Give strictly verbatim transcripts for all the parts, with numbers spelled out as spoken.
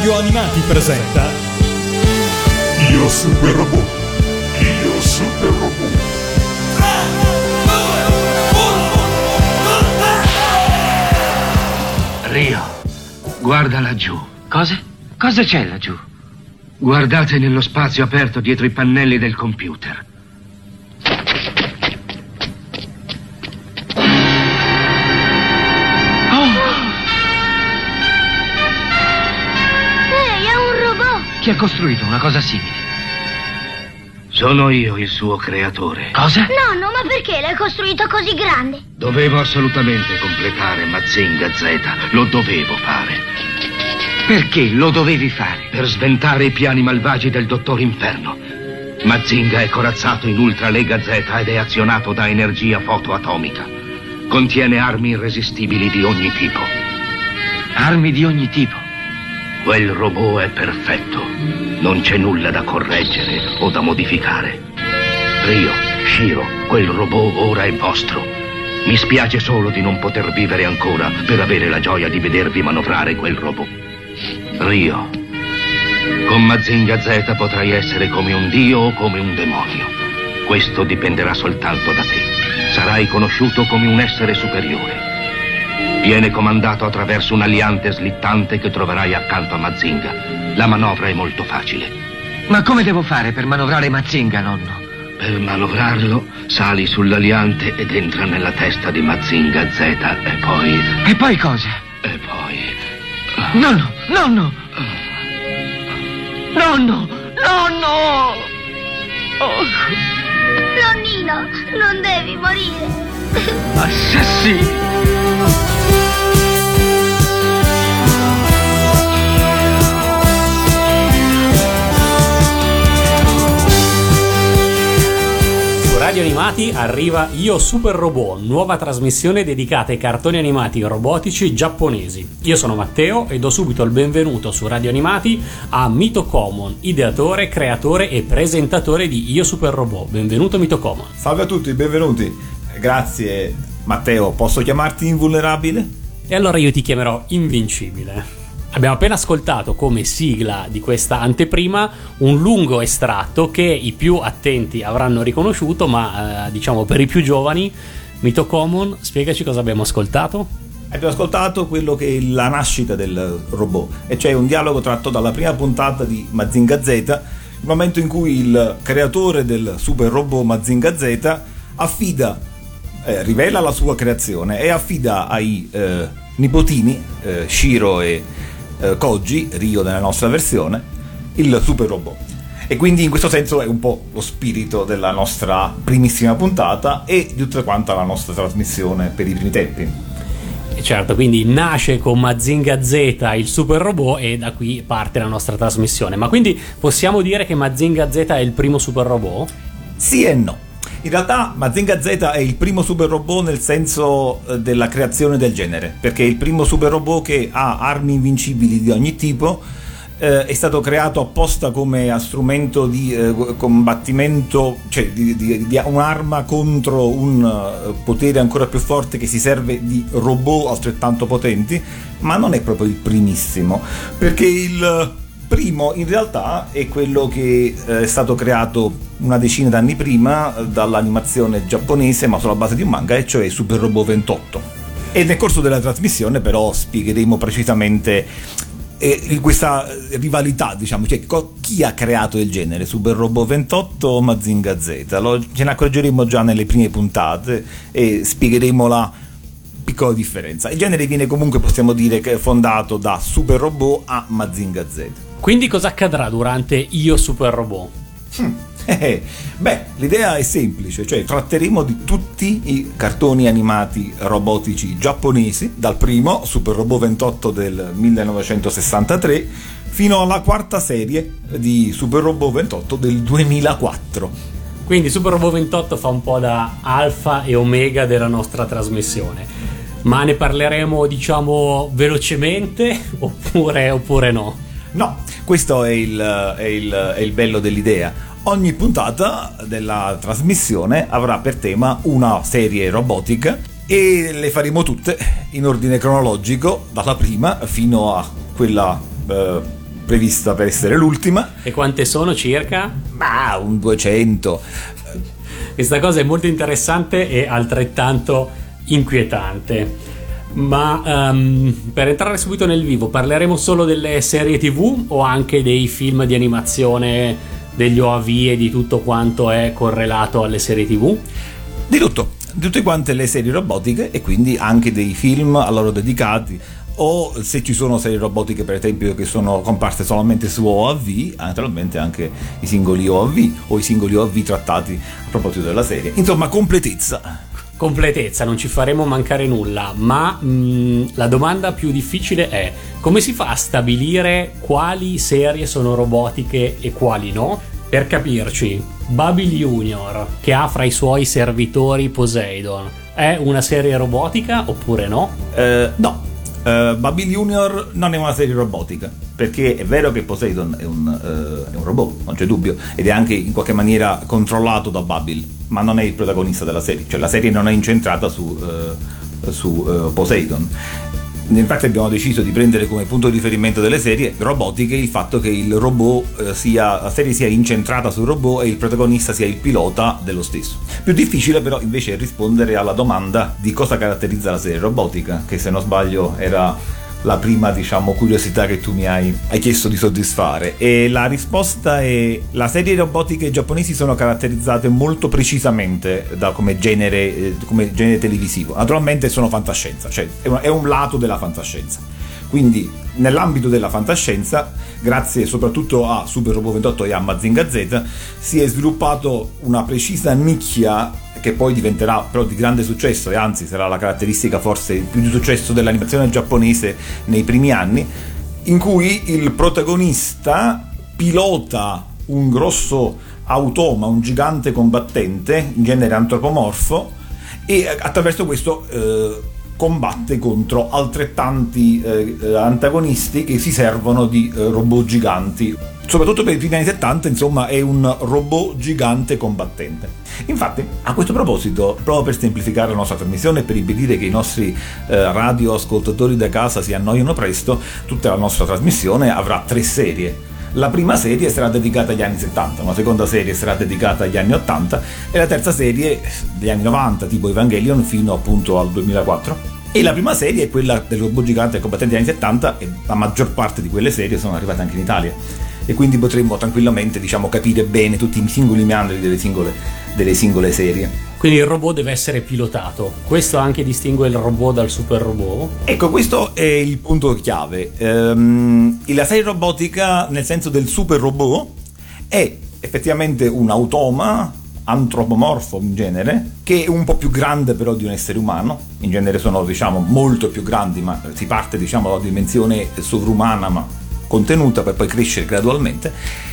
Radio Animati presenta Io Super Robot. Io Super Robot. Rio, guarda laggiù. Cosa? Cosa c'è laggiù? Guardate nello spazio aperto dietro i pannelli del computer. Chi ha costruito una cosa simile? Sono io il suo creatore. Cosa? Nonno, ma perché l'hai costruito così grande? Dovevo assolutamente completare Mazinga Z. Lo dovevo fare. Perché lo dovevi fare? Per sventare i piani malvagi del Dottor Inferno. Mazinga è corazzato in Ultra Lega Z ed è azionato da energia fotoatomica. Contiene armi irresistibili di ogni tipo. Armi di ogni tipo? Quel robot è perfetto. Non c'è nulla da correggere o da modificare. Rio, Shiro, quel robot ora è vostro. Mi spiace solo di non poter vivere ancora per avere la gioia di vedervi manovrare quel robot. Rio, con Mazinga Z potrai essere come un dio o come un demonio. Questo dipenderà soltanto da te. Sarai conosciuto come un essere superiore. Viene comandato attraverso un aliante slittante che troverai accanto a Mazinga. La manovra è molto facile. Ma come devo fare per manovrare Mazinga, nonno? Per manovrarlo, sali sull'aliante ed entra nella testa di Mazinga Z e poi... E poi cosa? E poi... Nonno, nonno! Nonno, nonno! Oh. Nonnino, non devi morire. Assassini! Radio Animati arriva Io Super Robot, nuova trasmissione dedicata ai cartoni animati robotici giapponesi. Io sono Matteo e do subito il benvenuto su Radio Animati a Mito Common, ideatore, creatore e presentatore di Io Super Robot. Benvenuto Mito Common. Salve a tutti, benvenuti. Grazie Matteo, posso chiamarti invulnerabile? E allora io ti chiamerò Invincibile. Abbiamo appena ascoltato come sigla di questa anteprima un lungo estratto che i più attenti avranno riconosciuto, ma eh, diciamo per i più giovani, Mito Common, spiegaci cosa abbiamo ascoltato. Abbiamo ascoltato quello che è la nascita del robot, e cioè un dialogo tratto dalla prima puntata di Mazinga Z, il momento in cui il creatore del super robot Mazinga Z affida, eh, rivela la sua creazione e affida ai eh, nipotini eh, Shiro e Koji, Rio nella nostra versione, il super robot. E quindi in questo senso è un po' lo spirito della nostra primissima puntata e di tutta quanta la nostra trasmissione per i primi tempi. E certo, quindi nasce con Mazinga Z il super robot e da qui parte la nostra trasmissione. Ma quindi possiamo dire che Mazinga Z è il primo super robot? Sì e no. In realtà Mazinga Z è il primo super robot nel senso della creazione del genere, perché è il primo super robot che ha armi invincibili di ogni tipo, eh, è stato creato apposta come strumento di eh, combattimento, cioè di, di, di un'arma contro un uh, potere ancora più forte che si serve di robot altrettanto potenti, ma non è proprio il primissimo, perché il primo in realtà è quello che eh, è stato creato una decina d'anni prima dall'animazione giapponese, ma sulla base di un manga, e cioè Super Robot ventotto. E nel corso della trasmissione però spiegheremo precisamente eh, questa rivalità, diciamo, cioè co- chi ha creato il genere, Super Robot ventotto o Mazinga Z. Lo, ce ne accorgeremo già nelle prime puntate e spiegheremo la piccola differenza. Il genere viene comunque, possiamo dire, che è fondato da Super Robot a Mazinga Z. Quindi cosa accadrà durante Io Super Robot? Hmm. Eh, beh, l'idea è semplice, cioè tratteremo di tutti i cartoni animati robotici giapponesi, dal primo Super Robot ventotto del millenovecentosessantatré fino alla quarta serie di Super Robot ventotto del duemilaquattro. Quindi Super Robot ventotto fa un po' da alfa e omega della nostra trasmissione. Ma ne parleremo, diciamo, velocemente oppure, oppure no? No, questo è il, è il, è il bello dell'idea. Ogni puntata della trasmissione avrà per tema una serie robotica e le faremo tutte in ordine cronologico, dalla prima fino a quella eh, prevista per essere l'ultima. E quante sono circa? Ma un duecento. Questa cosa è molto interessante e altrettanto inquietante. Ma um, per entrare subito nel vivo, parleremo solo delle serie tivù o anche dei film di animazione, degli O A V e di tutto quanto è correlato alle serie tivù? Di tutto, di tutte quante le serie robotiche e quindi anche dei film a loro dedicati, o se ci sono serie robotiche per esempio che sono comparse solamente su O A V, naturalmente anche i singoli O A V o i singoli O A V trattati a proposito della serie. Insomma, completezza. Completezza, non ci faremo mancare nulla, ma mh, la domanda più difficile è: come si fa a stabilire quali serie sono robotiche e quali no? Per capirci, Babil Junior, che ha fra i suoi servitori Poseidon, è una serie robotica oppure no? Eh, no. Uh, Babil Junior non è una serie robotica, perché è vero che Poseidon è un, uh, è un robot, non c'è dubbio, ed è anche in qualche maniera controllato da Babil, ma non è il protagonista della serie, cioè la serie non è incentrata su, uh, su uh, Poseidon. Infatti abbiamo deciso di prendere come punto di riferimento delle serie robotiche il fatto che il robot eh, sia, la serie sia incentrata sul robot e il protagonista sia il pilota dello stesso. Più difficile però invece è rispondere alla domanda di cosa caratterizza la serie robotica, che se non sbaglio era la prima, diciamo, curiosità che tu mi hai, hai chiesto di soddisfare, e la risposta è: la serie robotiche giapponesi sono caratterizzate molto precisamente da come genere, eh, come genere televisivo. Naturalmente sono fantascienza, cioè è un, è un lato della fantascienza, quindi nell'ambito della fantascienza, grazie soprattutto a Super Robot ventotto e a Mazinga Z, si è sviluppato una precisa nicchia che poi diventerà però di grande successo, e anzi sarà la caratteristica forse più di successo dell'animazione giapponese nei primi anni, in cui il protagonista pilota un grosso automa, un gigante combattente, in genere antropomorfo, e attraverso questo eh, combatte contro altrettanti eh, antagonisti che si servono di eh, robot giganti. Soprattutto per i primi anni settanta, insomma, è un robot gigante combattente. Infatti, a questo proposito, proprio per semplificare la nostra trasmissione e per impedire che i nostri eh, radioascoltatori da casa si annoiano presto, tutta la nostra trasmissione avrà tre serie. La prima serie sarà dedicata agli anni settanta, una seconda serie sarà dedicata agli anni ottanta e la terza serie degli anni novanta, tipo Evangelion, fino appunto al duemilaquattro. E la prima serie è quella del robot gigante combattente degli anni settanta, e la maggior parte di quelle serie sono arrivate anche in Italia. E quindi potremmo tranquillamente, diciamo, capire bene tutti i singoli meandri delle singole, delle singole serie. Quindi il robot deve essere pilotato. Questo anche distingue il robot dal super robot? Ecco, questo è il punto chiave. Ehm, la serie robotica, nel senso del super robot, è effettivamente un automa antropomorfo in genere, che è un po' più grande però di un essere umano. In genere sono, diciamo, molto più grandi, ma si parte, diciamo, dalla dimensione sovrumana ma contenuta per poi crescere gradualmente,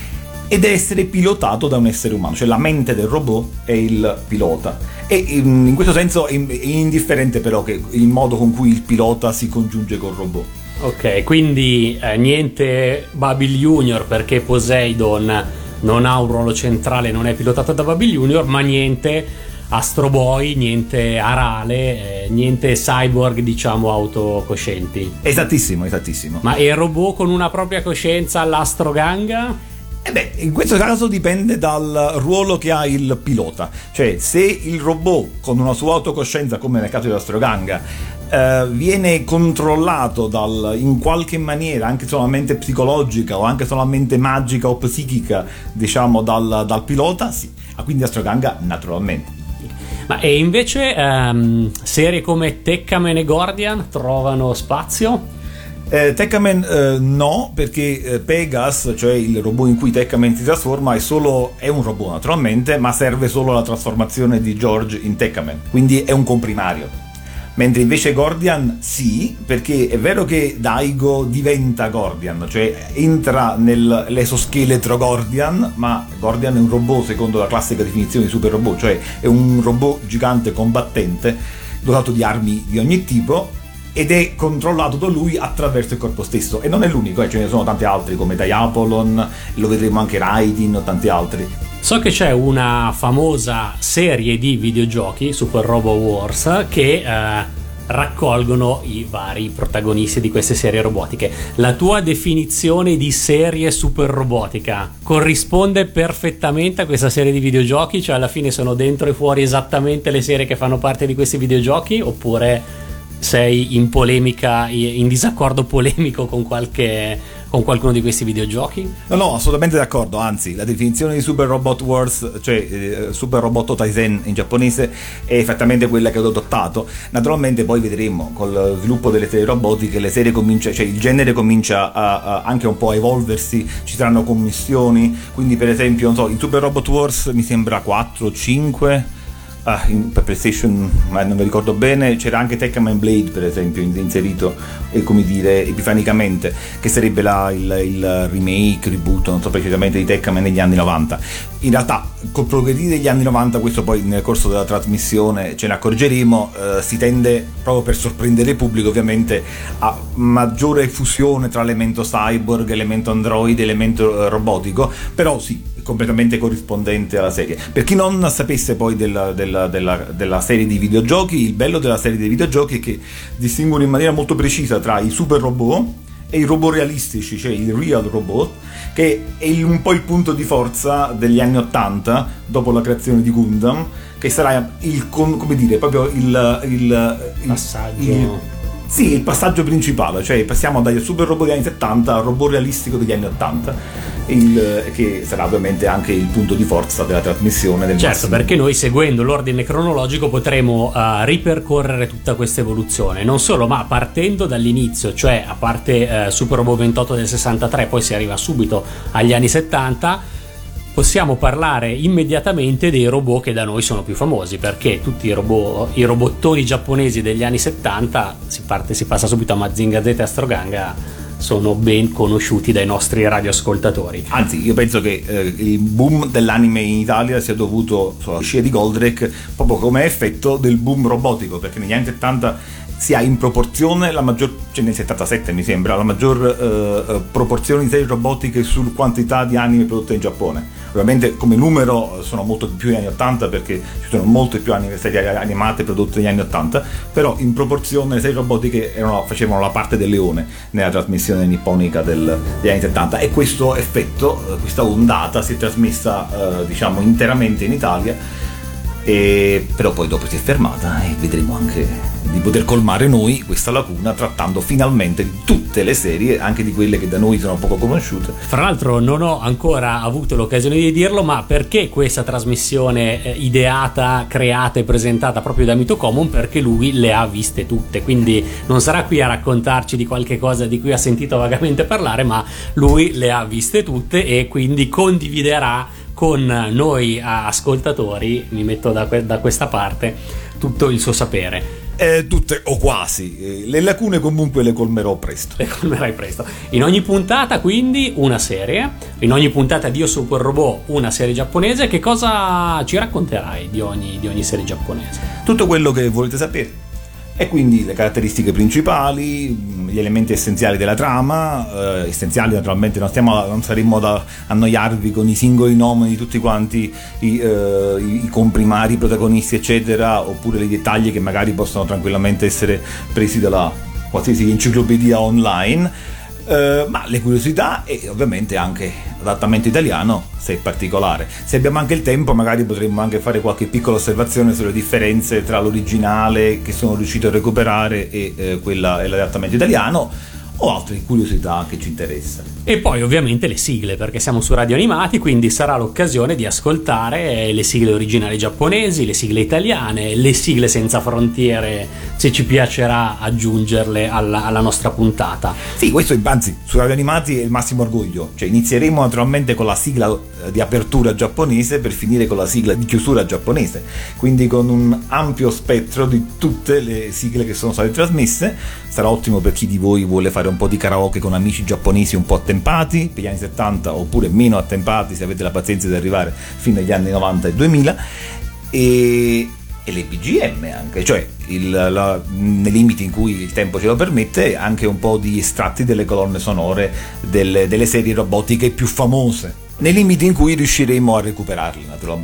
ed deve essere pilotato da un essere umano, cioè la mente del robot è il pilota, e in questo senso è indifferente però che il modo con cui il pilota si congiunge col robot. Ok, quindi eh, niente Babil Junior, perché Poseidon non ha un ruolo centrale, non è pilotato da Babil Junior, ma niente Astro Boy, niente Arale, eh, niente cyborg, diciamo, autocoscienti. Esattissimo, esattissimo. Ma è il robot con una propria coscienza all'Astro Ganga? Eh beh, in questo caso dipende dal ruolo che ha il pilota. Cioè, se il robot con una sua autocoscienza, come nel caso dell'Astro Ganga, eh, viene controllato dal, in qualche maniera, anche solamente psicologica o anche solamente magica o psichica, diciamo, dal, dal pilota, sì. Ah, quindi Astro Ganga naturalmente. Ma e invece um, serie come Tekkamen e Gordian trovano spazio? Eh, Tekkamen eh, no, perché eh, Pegas, cioè il robot in cui Tekkamen si trasforma, è solo è un robot naturalmente, ma serve solo alla trasformazione di George in Tekkamen, quindi è un comprimario. Mentre invece Gordian sì, perché è vero che Daigo diventa Gordian, cioè entra nell'esoscheletro Gordian, ma Gordian è un robot secondo la classica definizione di super robot, cioè è un robot gigante combattente dotato di armi di ogni tipo, ed è controllato da lui attraverso il corpo stesso. E non è l'unico, eh, ce ne sono tanti altri come Diapolon, lo vedremo anche Raidin o tanti altri. So che c'è una famosa serie di videogiochi, Super Robot Wars, che eh, raccolgono i vari protagonisti di queste serie robotiche. La tua definizione di serie super robotica corrisponde perfettamente a questa serie di videogiochi? Cioè alla fine sono dentro e fuori esattamente le serie che fanno parte di questi videogiochi, oppure sei in polemica, in disaccordo polemico con qualche con qualcuno di questi videogiochi? No, no, assolutamente d'accordo, anzi la definizione di Super Robot Wars, cioè eh, Super Robot Taisen in giapponese, è esattamente quella che ho adottato. Naturalmente poi vedremo col sviluppo delle serie robotiche le serie comincia, cioè il genere comincia a, a, anche un po' a evolversi, ci saranno commissioni, quindi per esempio, non so, in Super Robot Wars mi sembra quattro o cinque. Ah, in, per PlayStation, ma non mi ricordo bene, c'era anche Tekkaman Blade per esempio inserito, e come dire, epifanicamente, che sarebbe la, il, il remake, reboot, non so precisamente, di Tekkaman negli anni novanta. In realtà col progredire degli anni novanta, questo poi nel corso della trasmissione ce ne accorgeremo, eh, si tende, proprio per sorprendere il pubblico ovviamente, a maggiore fusione tra elemento cyborg, elemento android, elemento eh, robotico, però sì, completamente corrispondente alla serie. Per chi non sapesse poi della, della, della, della serie di videogiochi, il bello della serie di videogiochi è che distinguono in maniera molto precisa tra i super robot e i robot realistici, cioè il real robot, che è il, un po' il punto di forza degli anni ottanta, dopo la creazione di Gundam, che sarà il, come dire, proprio il, il, il passaggio il, sì, il passaggio principale, cioè passiamo dai super robot degli anni settanta al robot realistico degli anni ottanta. Il, che sarà ovviamente anche il punto di forza della trasmissione del certo, massimo. Perché noi, seguendo l'ordine cronologico, potremo uh, ripercorrere tutta questa evoluzione, non solo, ma partendo dall'inizio, cioè a parte uh, Super Robot ventotto del sessantatré, poi si arriva subito agli anni settanta. Possiamo parlare immediatamente dei robot che da noi sono più famosi, perché tutti i robot, i robottoni giapponesi degli anni settanta, si parte, si passa subito a Mazinga Z e Astro Ganga, sono ben conosciuti dai nostri radioascoltatori. Anzi, io penso che eh, il boom dell'anime in Italia sia dovuto alla scia di Goldrake proprio come effetto del boom robotico, perché negli anni settanta si ha in proporzione la maggior, cioè nel settantasette mi sembra, la maggior eh, proporzione di serie robotiche su quantità di anime prodotte in Giappone. Ovviamente come numero sono molto più negli anni ottanta, perché ci sono molte più anime, serie animate prodotte negli anni ottanta, però in proporzione le serie robotiche erano, facevano la parte del leone nella trasmissione nipponica del, degli anni settanta, e questo effetto, questa ondata si è trasmessa eh, diciamo interamente in Italia. E però poi dopo si è fermata, e vedremo anche di poter colmare noi questa lacuna trattando finalmente di tutte le serie, anche di quelle che da noi sono poco conosciute. Fra l'altro non ho ancora avuto l'occasione di dirlo, ma perché questa trasmissione eh, ideata, creata e presentata proprio da Mito Common? Perché lui le ha viste tutte, quindi non sarà qui a raccontarci di qualche cosa di cui ha sentito vagamente parlare, ma lui le ha viste tutte e quindi condividerà con noi ascoltatori, mi metto da, que- da questa parte, tutto il suo sapere. Eh, tutte o quasi. Le lacune comunque le colmerò presto. Le colmerai presto. In ogni puntata quindi una serie, in ogni puntata di Io Super Robot una serie giapponese. Che cosa ci racconterai di ogni, di ogni serie giapponese? Tutto quello che volete sapere. E quindi le caratteristiche principali, gli elementi essenziali della trama, eh, essenziali naturalmente, non, stiamo, non saremmo da annoiarvi con i singoli nomi di tutti quanti i, eh, i comprimari, i protagonisti eccetera, oppure i dettagli che magari possono tranquillamente essere presi dalla qualsiasi enciclopedia online. Uh, ma le curiosità e ovviamente anche l'adattamento italiano, se è particolare. Se abbiamo anche il tempo magari potremmo anche fare qualche piccola osservazione sulle differenze tra l'originale che sono riuscito a recuperare e eh, quella e l'adattamento italiano, o altre curiosità che ci interessano. E poi ovviamente le sigle, perché siamo su Radio Animati, quindi sarà l'occasione di ascoltare le sigle originali giapponesi, le sigle italiane, le sigle senza frontiere, se ci piacerà aggiungerle alla, alla nostra puntata. Sì, questo anzi su Radio Animati è il massimo orgoglio, cioè inizieremo naturalmente con la sigla di apertura giapponese per finire con la sigla di chiusura giapponese, quindi con un ampio spettro di tutte le sigle che sono state trasmesse. Sarà ottimo per chi di voi vuole fare un po' di karaoke con amici giapponesi un po' attempati per gli anni settanta, oppure meno attempati se avete la pazienza di arrivare fino agli anni novanta e duemila, e, e le B G M anche, cioè il, la, nei limiti in cui il tempo ce lo permette, anche un po' di estratti delle colonne sonore delle, delle serie robotiche più famose, nei limiti in cui riusciremo a recuperarle naturalmente.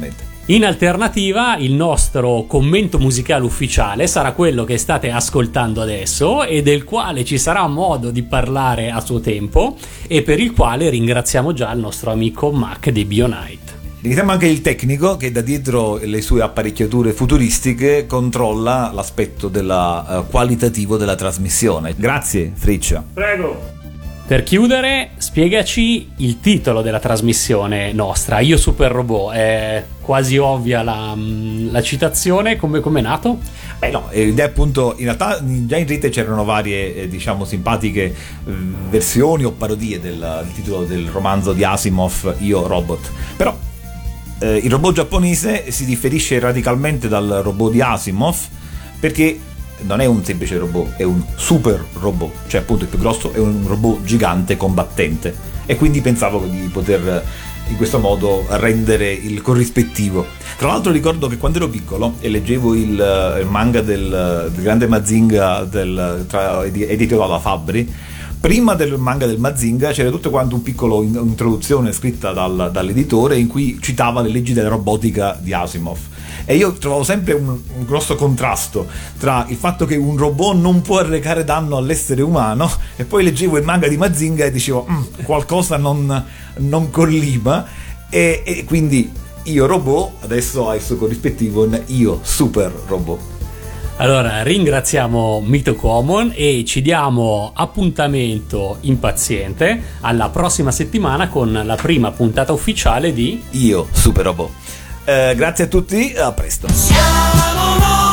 In alternativa, il nostro commento musicale ufficiale sarà quello che state ascoltando adesso e del quale ci sarà modo di parlare a suo tempo e per il quale ringraziamo già il nostro amico Mac di Bionite. Ringraziamo anche il tecnico che da dietro le sue apparecchiature futuristiche controlla l'aspetto della, uh, qualitativo della trasmissione. Grazie, Friccia. Prego. Per chiudere, spiegaci il titolo della trasmissione nostra, Io Super Robot. È quasi ovvia la, la citazione, come è nato? Beh no, ed è appunto, in realtà già in rete c'erano varie, eh, diciamo, simpatiche eh, versioni o parodie del, del titolo del romanzo di Asimov, Io Robot. Però eh, il robot giapponese si differisce radicalmente dal robot di Asimov perché non è un semplice robot, è un super robot, cioè appunto il più grosso è un robot gigante combattente, e quindi pensavo di poter in questo modo rendere il corrispettivo. Tra l'altro ricordo che quando ero piccolo e leggevo il, il manga del, del grande Mazinga del, tra, edito dalla Fabbri, prima del manga del Mazinga c'era tutto quanto un piccolo introduzione scritta dal, dall'editore in cui citava le leggi della robotica di Asimov. E io trovavo sempre un, un grosso contrasto tra il fatto che un robot non può arrecare danno all'essere umano, e poi leggevo il manga di Mazinga e dicevo qualcosa non, non collima, e, e quindi Io Robot adesso ha il suo corrispettivo in Io Super Robot. Allora ringraziamo Mito Common e ci diamo appuntamento impaziente alla prossima settimana con la prima puntata ufficiale di Io Super Robot. Eh, grazie a tutti, a presto. Siamo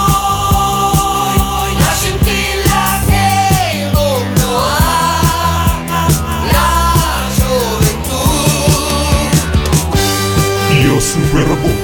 noi, la scintilla che il mondo ha, la gioventù. Io Super Robot.